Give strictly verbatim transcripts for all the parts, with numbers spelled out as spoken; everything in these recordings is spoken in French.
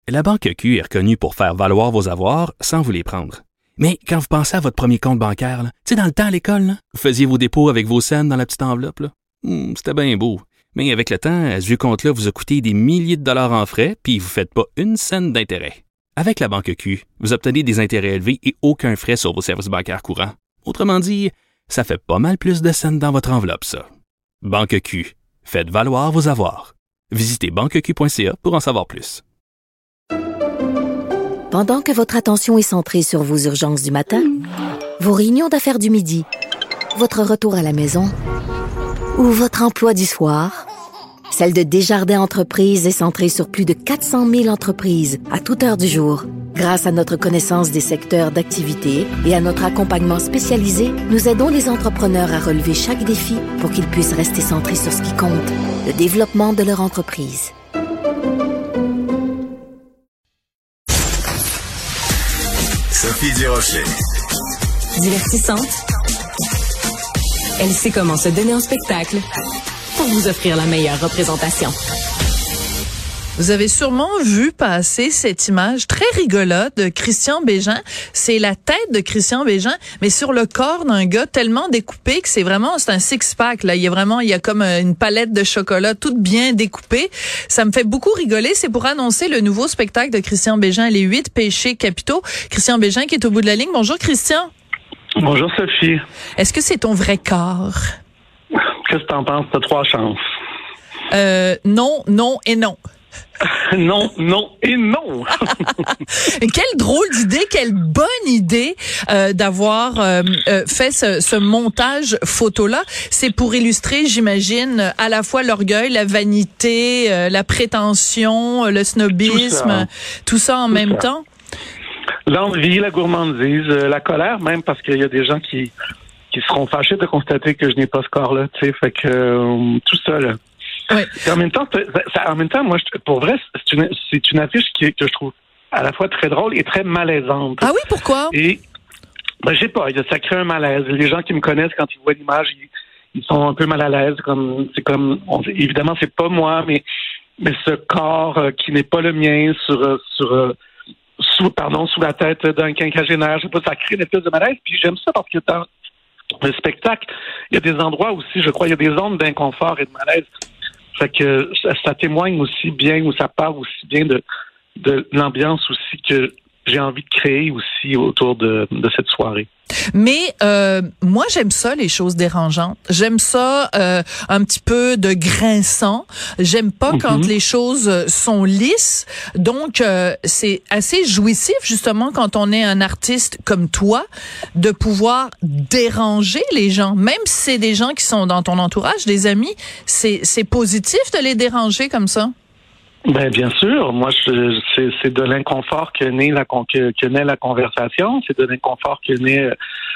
La Banque Q est reconnue pour faire valoir vos avoirs sans vous les prendre. Mais quand vous pensez à votre premier compte bancaire, tu sais, dans le temps à l'école, là, vous faisiez vos dépôts avec vos scènes dans la petite enveloppe. Là. Hum, c'était bien beau. Mais avec le temps, à ce vieux compte-là vous a coûté des milliers de dollars en frais, puis vous ne faites pas une scène d'intérêt. Avec la Banque Q, vous obtenez des intérêts élevés et aucun frais sur vos services bancaires courants. Autrement dit, ça fait pas mal plus de scènes dans votre enveloppe, ça. Banque Q. Faites valoir vos avoirs. Visitez banque q point c a pour en savoir plus. Pendant que votre attention est centrée sur vos urgences du matin, vos réunions d'affaires du midi, votre retour à la maison ou votre emploi du soir, celle de Desjardins Entreprises est centrée sur plus de quatre cent mille entreprises à toute heure du jour. Grâce à notre connaissance des secteurs d'activité et à notre accompagnement spécialisé, nous aidons les entrepreneurs à relever chaque défi pour qu'ils puissent rester centrés sur ce qui compte, le développement de leur entreprise. Sophie Durocher. Divertissante. Elle sait comment se donner en spectacle pour vous offrir la meilleure représentation. Vous avez sûrement vu passer cette image très rigolote de Christian Bégin. C'est la tête de Christian Bégin, mais sur le corps d'un gars tellement découpé que c'est vraiment, c'est un six-pack, là. Il y a vraiment, il y a comme une palette de chocolat toute bien découpée. Ça me fait beaucoup rigoler. C'est pour annoncer le nouveau spectacle de Christian Bégin, Les huit péchés capitaux. Christian Bégin qui est au bout de la ligne. Bonjour, Christian. Bonjour, Sophie. Est-ce que c'est ton vrai corps? Qu'est-ce que t'en penses? T'as trois chances. Euh, non, non et non. non, non et non. Quelle drôle d'idée, quelle bonne idée euh, d'avoir euh, euh, fait ce, ce montage photo-là. C'est pour illustrer, j'imagine, à la fois l'orgueil, la vanité, euh, la prétention, le snobisme, tout ça, tout ça en tout même ça. temps. L'envie, la gourmandise, euh, la colère même, parce qu'il y a des gens qui qui seront fâchés de constater que je n'ai pas ce corps-là, tu sais, fait que euh, tout ça, là. Oui. Et en même temps, ça, en même temps, moi, je, pour vrai, c'est une, c'est une affiche qui, que je trouve à la fois très drôle et très malaisante. Ah oui, pourquoi? Et ben, je sais pas, ça crée un malaise. Les gens qui me connaissent, quand ils voient l'image, ils, ils sont un peu mal à l'aise. Comme c'est comme, on, évidemment, c'est pas moi, mais mais ce corps euh, qui n'est pas le mien sur euh, sur euh, sous pardon sous la tête d'un quinquagénaire, je sais pas, ça crée une espèce de malaise. Puis j'aime ça parce que dans le spectacle, il y a des endroits aussi, je crois, il y a des zones d'inconfort et de malaise. Fait que ça, ça témoigne aussi bien, ou ça part aussi bien de, de l'ambiance aussi que j'ai envie de créer aussi autour de, de cette soirée. Mais euh, moi, j'aime ça, les choses dérangeantes. J'aime ça euh, un petit peu de grinçant. J'aime pas mm-hmm. quand les choses sont lisses. Donc, euh, c'est assez jouissif, justement, quand on est un artiste comme toi, de pouvoir déranger les gens. Même si c'est des gens qui sont dans ton entourage, des amis, c'est, c'est positif de les déranger comme ça. Ben bien sûr, moi je, c'est, c'est de l'inconfort que naît la que, que naît la conversation, c'est de l'inconfort que naît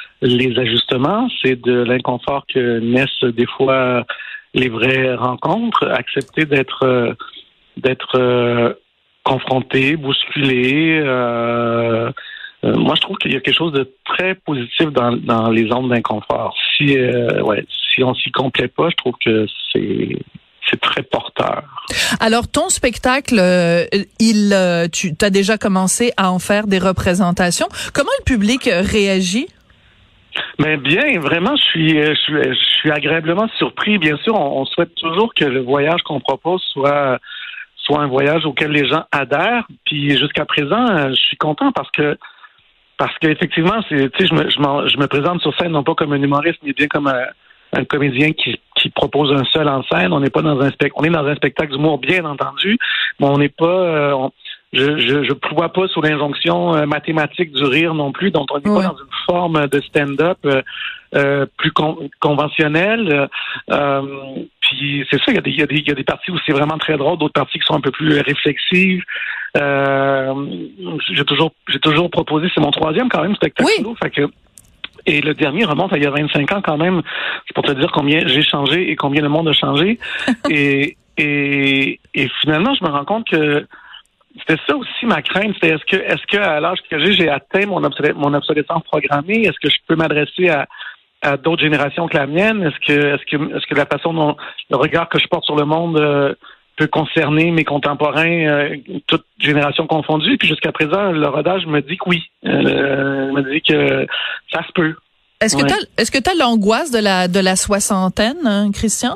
les ajustements, c'est de l'inconfort que naissent des fois les vraies rencontres, accepter d'être d'être euh, confronté, bousculé. Euh, euh, moi je trouve qu'il y a quelque chose de très positif dans, dans les zones d'inconfort. Si euh, ouais, si on s'y complaît pas, je trouve que c'est c'est très porteur. Alors, ton spectacle, euh, il, euh, tu as déjà commencé à en faire des représentations. Comment le public réagit? Ben bien, vraiment, je suis, je suis, je suis agréablement surpris. Bien sûr, on, on souhaite toujours que le voyage qu'on propose soit, soit un voyage auquel les gens adhèrent. Puis jusqu'à présent, je suis content parce que, parce qu'effectivement, c'est, tu sais, je me, je, je me présente sur scène non pas comme un humoriste, mais bien comme un, un comédien qui, qui propose un seul en scène. On n'est pas dans un spectacle, on est dans un spectacle d'humour, bien entendu, mais on n'est pas, euh, on, je, je, je ploie pas sous l'injonction euh, mathématique du rire non plus, donc on n'est ouais. pas dans une forme de stand-up euh, euh, plus con, conventionnelle. Euh, puis c'est ça, il y a des, il y a des, il y a des parties où c'est vraiment très drôle, d'autres parties qui sont un peu plus réflexives. Euh, j'ai toujours, j'ai toujours proposé, c'est mon troisième quand même spectacle. Oui. Fait que Et le dernier remonte à il y a vingt-cinq ans quand même. C'est pour te dire combien j'ai changé et combien le monde a changé. et, et, et finalement, je me rends compte que c'était ça aussi ma crainte. C'était est-ce que, est-ce que à l'âge que j'ai, j'ai atteint mon, obsolé- mon obsolescence programmée? Est-ce que je peux m'adresser à, à d'autres générations que la mienne? Est-ce que, est-ce que, est-ce que la façon dont le regard que je porte sur le monde euh, peut concerner mes contemporains, euh, toutes générations confondues. Puis jusqu'à présent, le rodage me dit que oui. Euh, me dit que ça se peut. Est-ce que ouais. t'as, est-ce que t'as l'angoisse de la de la soixantaine, hein, Christian?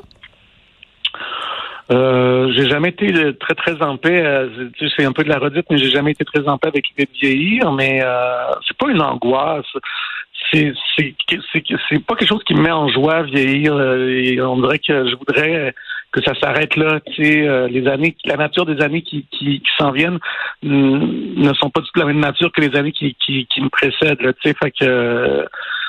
Euh, j'ai jamais été très très en paix. Euh, c'est un peu de la redite, mais j'ai jamais été très en paix avec l'idée de vieillir. Mais euh, c'est pas une angoisse. C'est c'est c'est c'est pas quelque chose qui me met en joie vieillir. Et on dirait que je voudrais que ça s'arrête là. Tu sais, euh, les années, la nature des années qui qui, qui s'en viennent mm, ne sont pas du tout la même nature que les années qui qui, qui me précèdent. Là, tu sais, fait que. Euh,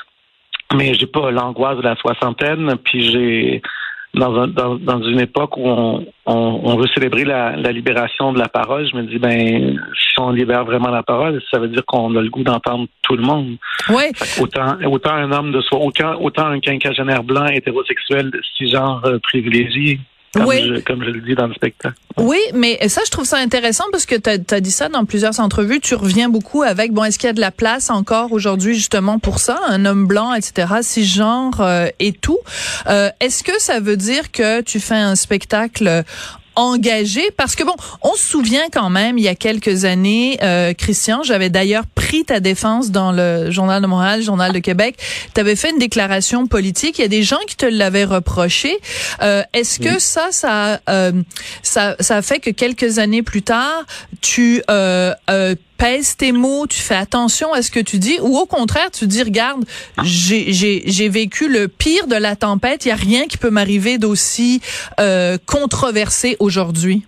mais j'ai pas l'angoisse de la soixantaine. Puis j'ai Dans, un, dans, dans une époque où on, on, on veut célébrer la, la libération de la parole, je me dis, ben, si on libère vraiment la parole, ça veut dire qu'on a le goût d'entendre tout le monde. Oui. Autant, autant un homme de soi, autant, autant un quinquagénaire blanc hétérosexuel, cisgenre euh, privilégié. Comme, oui. je, comme je le dis dans le spectacle. Oui, mais ça, je trouve ça intéressant parce que tu as dit ça dans plusieurs entrevues. Tu reviens beaucoup avec, bon, est-ce qu'il y a de la place encore aujourd'hui justement pour ça, un homme blanc, et cetera, cisgenre euh, et tout. Euh, est-ce que ça veut dire que tu fais un spectacle engagé? Parce que bon, on se souvient quand même, il y a quelques années, euh, Christian, j'avais d'ailleurs pris ta défense dans le Journal de Montréal, le Journal de Québec. Tu avais fait une déclaration politique. Il y a des gens qui te l'avaient reproché. Euh, est-ce que oui. ça, ça, euh, ça, ça fait que quelques années plus tard, tu euh, euh, pèses tes mots, tu fais attention à ce que tu dis, ou au contraire, tu dis, regarde, j'ai, j'ai, j'ai vécu le pire de la tempête, il n'y a rien qui peut m'arriver d'aussi euh, controversé aujourd'hui?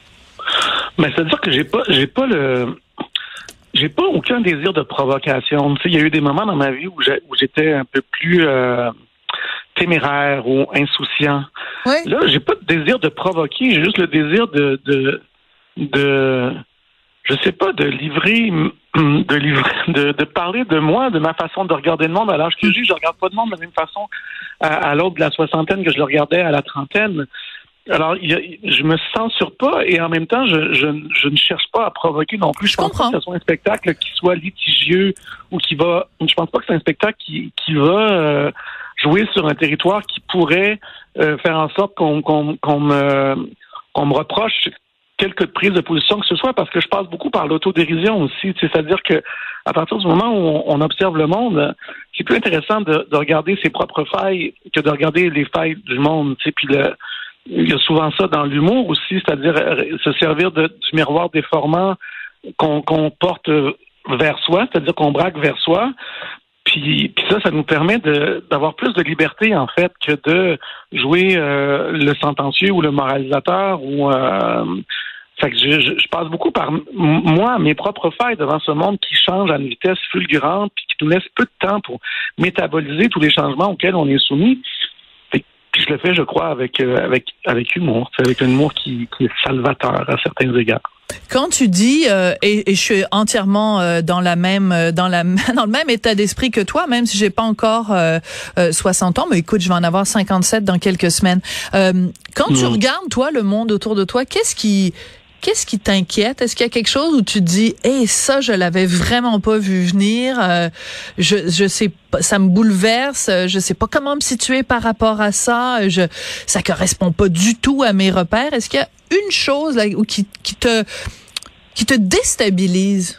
Ben, c'est-à-dire que j'ai pas, j'ai pas le, j'ai pas aucun désir de provocation. Tu sais, il y a eu des moments dans ma vie où, j'ai, où j'étais un peu plus euh, téméraire ou insouciant. Oui. Là, j'ai pas de désir de provoquer, j'ai juste le désir de, de, de je sais pas, de livrer, de livrer, de, de parler de moi, de ma façon de regarder le monde à l'âge que j'ai. Je regarde pas le monde de la même façon à, à l'autre de la soixantaine que je le regardais à la trentaine. Alors, il y a, je me censure pas et en même temps, je, je, je ne cherche pas à provoquer non plus. Je, je pense pas que ce soit un spectacle qui soit litigieux ou qui va. Je pense pas que c'est un spectacle qui, qui va euh, jouer sur un territoire qui pourrait euh, faire en sorte qu'on, qu'on, qu'on me, qu'on me reproche quelques prises de position que ce soit, parce que je passe beaucoup par l'autodérision aussi. C'est-à-dire que à partir du moment où on, on observe le monde, c'est plus intéressant de, de regarder ses propres failles que de regarder les failles du monde. Puis le, il y a souvent ça dans l'humour aussi, c'est-à-dire se servir de, du miroir déformant qu'on, qu'on porte vers soi, c'est-à-dire qu'on braque vers soi. Puis, puis ça, ça nous permet de, d'avoir plus de liberté, en fait, que de jouer euh, le sentencieux ou le moralisateur. Ou, euh, fait que je, je, je passe beaucoup par, moi, mes propres failles devant ce monde qui change à une vitesse fulgurante puis qui nous laisse peu de temps pour métaboliser tous les changements auxquels on est soumis. Puis je le fais, je crois, avec euh, avec avec humour. C'est avec un humour qui, qui est salvateur à certains égards. Quand tu dis euh, et, et je suis entièrement euh, dans la même euh, dans la dans le même état d'esprit que toi, même si j'ai pas encore euh, euh, soixante ans, mais écoute, je vais en avoir cinquante-sept dans quelques semaines. Euh, quand mmh. tu regardes toi le monde autour de toi, qu'est-ce qui Qu'est-ce qui t'inquiète? Est-ce qu'il y a quelque chose où tu te dis, hey, ça, je l'avais vraiment pas vu venir, euh, je, je sais pas, ça me bouleverse, je sais pas comment me situer par rapport à ça, je, ça correspond pas du tout à mes repères. Est-ce qu'il y a une chose là, où qui, qui te, qui te déstabilise?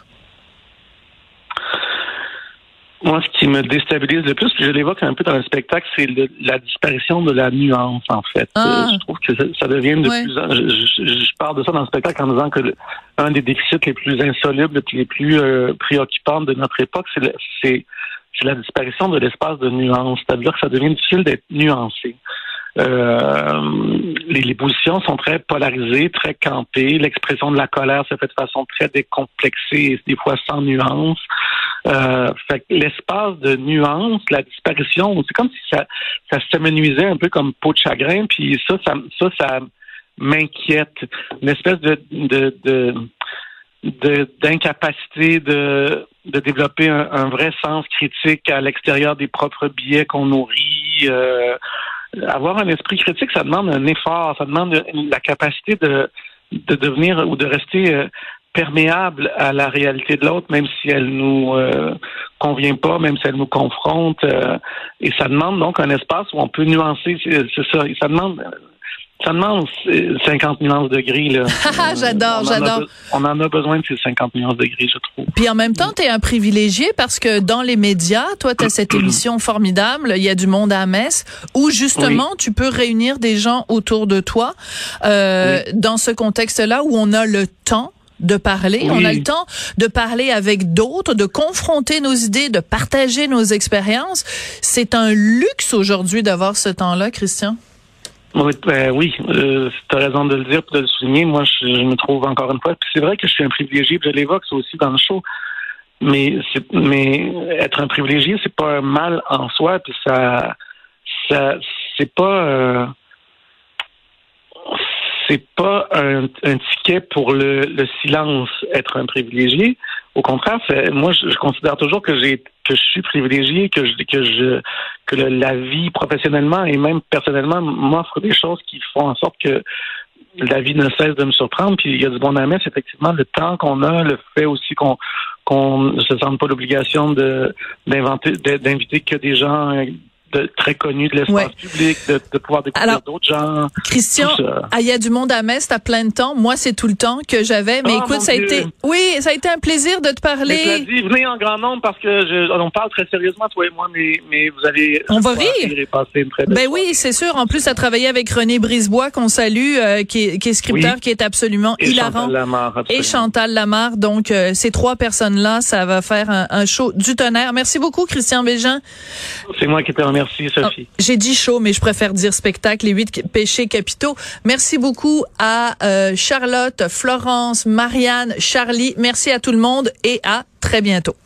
Moi, ce qui me déstabilise le plus, puis je l'évoque un peu dans le spectacle, c'est le, la disparition de la nuance, en fait. Ah. Euh, je trouve que ça, ça devient de ouais. plus en... Je, je, je parle de ça dans le spectacle en disant que le, un des déficits les plus insolubles et les plus euh, préoccupants de notre époque, c'est, le, c'est, c'est la disparition de l'espace de nuance. C'est-à-dire que ça devient difficile d'être nuancé. Euh, les, les positions sont très polarisées, très campées. L'expression de la colère se fait de façon très décomplexée et des fois sans nuance. Euh, fait que l'espace de nuance, la disparition, c'est comme si ça, ça s'amenuisait un peu comme peau de chagrin. Puis ça, ça, ça, ça m'inquiète. Une espèce de, de, de, de d'incapacité de, de développer un, un vrai sens critique à l'extérieur des propres biais qu'on nourrit. Euh, Avoir un esprit critique, ça demande un effort, ça demande la capacité de, de devenir ou de rester euh, perméable à la réalité de l'autre, même si elle nous euh, convient pas, même si elle nous confronte. Euh, et ça demande donc un espace où on peut nuancer, c'est, c'est ça. Et ça demande Ça demande cinquante nuances de gris, là. j'adore, on j'adore. Be- on en a besoin de ces cinquante nuances de gris, je trouve. Puis en même temps, tu es un privilégié parce que dans les médias, toi, tu as cette émission formidable, il y a du monde à Metz, où justement, oui. tu peux réunir des gens autour de toi euh, oui. dans ce contexte-là où on a le temps de parler, oui. on a le temps de parler avec d'autres, de confronter nos idées, de partager nos expériences. C'est un luxe aujourd'hui d'avoir ce temps-là, Christian. Oui, ben, oui euh, tu as raison de le dire et de le souligner. Moi, je, je me trouve encore une fois. Puis c'est vrai que je suis un privilégié, puis je l'évoque ça aussi dans le show. Mais c'est, mais être un privilégié, c'est pas un mal en soi. Puis ça, ça, c'est pas, euh, c'est pas un, un ticket pour le, le silence. Être un privilégié. Au contraire, c'est, moi, je, je considère toujours que j'ai que je suis privilégié, que je que je que le, la vie professionnellement et même personnellement m'offre des choses qui font en sorte que la vie ne cesse de me surprendre. Puis il y a du bon à mettre, effectivement, le temps qu'on a, le fait aussi qu'on qu'on ne se sente pas l'obligation de d'inventer d'inviter que des gens de, très connus de l'espace ouais. public, de, de pouvoir découvrir Alors, d'autres gens. Christian, il y a du monde à Metz, t'as plein de temps. Moi, c'est tout le temps que j'avais. Mais oh, écoute, ça a Dieu. été, oui, ça a été un plaisir de te parler. Mais dit, venez en grand nombre parce que je, on parle très sérieusement, toi et moi, mais, mais vous allez. On va rire. Et passer une très belle ben soirée. Oui, c'est sûr. En plus, tu as travaillé avec René Brisebois, qu'on salue, euh, qui, est, qui est scripteur, oui. qui est absolument et hilarant. Chantal Lamarre, et Chantal Lamarre. Donc, euh, ces trois personnes-là, ça va faire un, un show du tonnerre. Merci beaucoup, Christian Bégin. C'est moi qui te remercie, Sophie. Oh. J'ai dit show, mais je préfère dire spectacle, les huit péchés capitaux. Merci beaucoup à euh, Charlotte, Florence, Marianne, Charlie. Merci à tout le monde et à très bientôt.